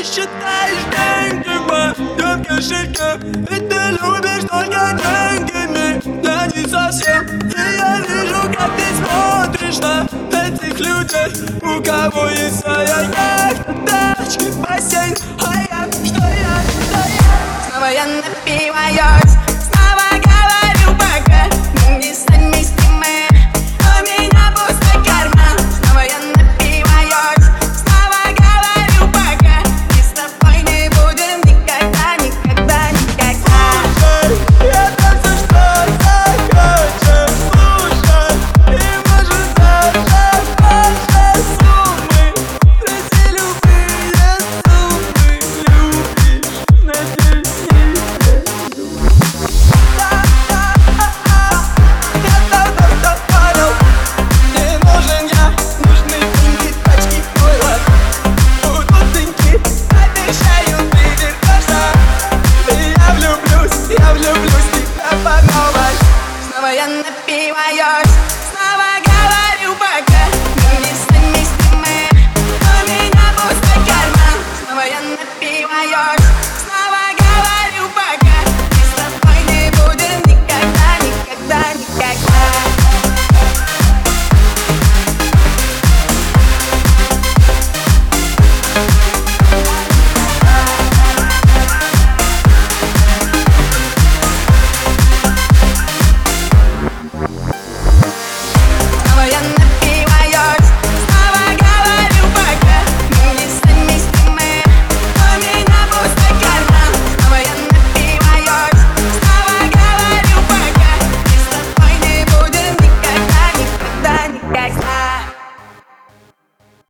считаешь деньги в моем кошельке? Ведь ты любишь только деньгами, я не совсем. И я вижу, как ты смотришь на этих людей, у кого есть своя яхта.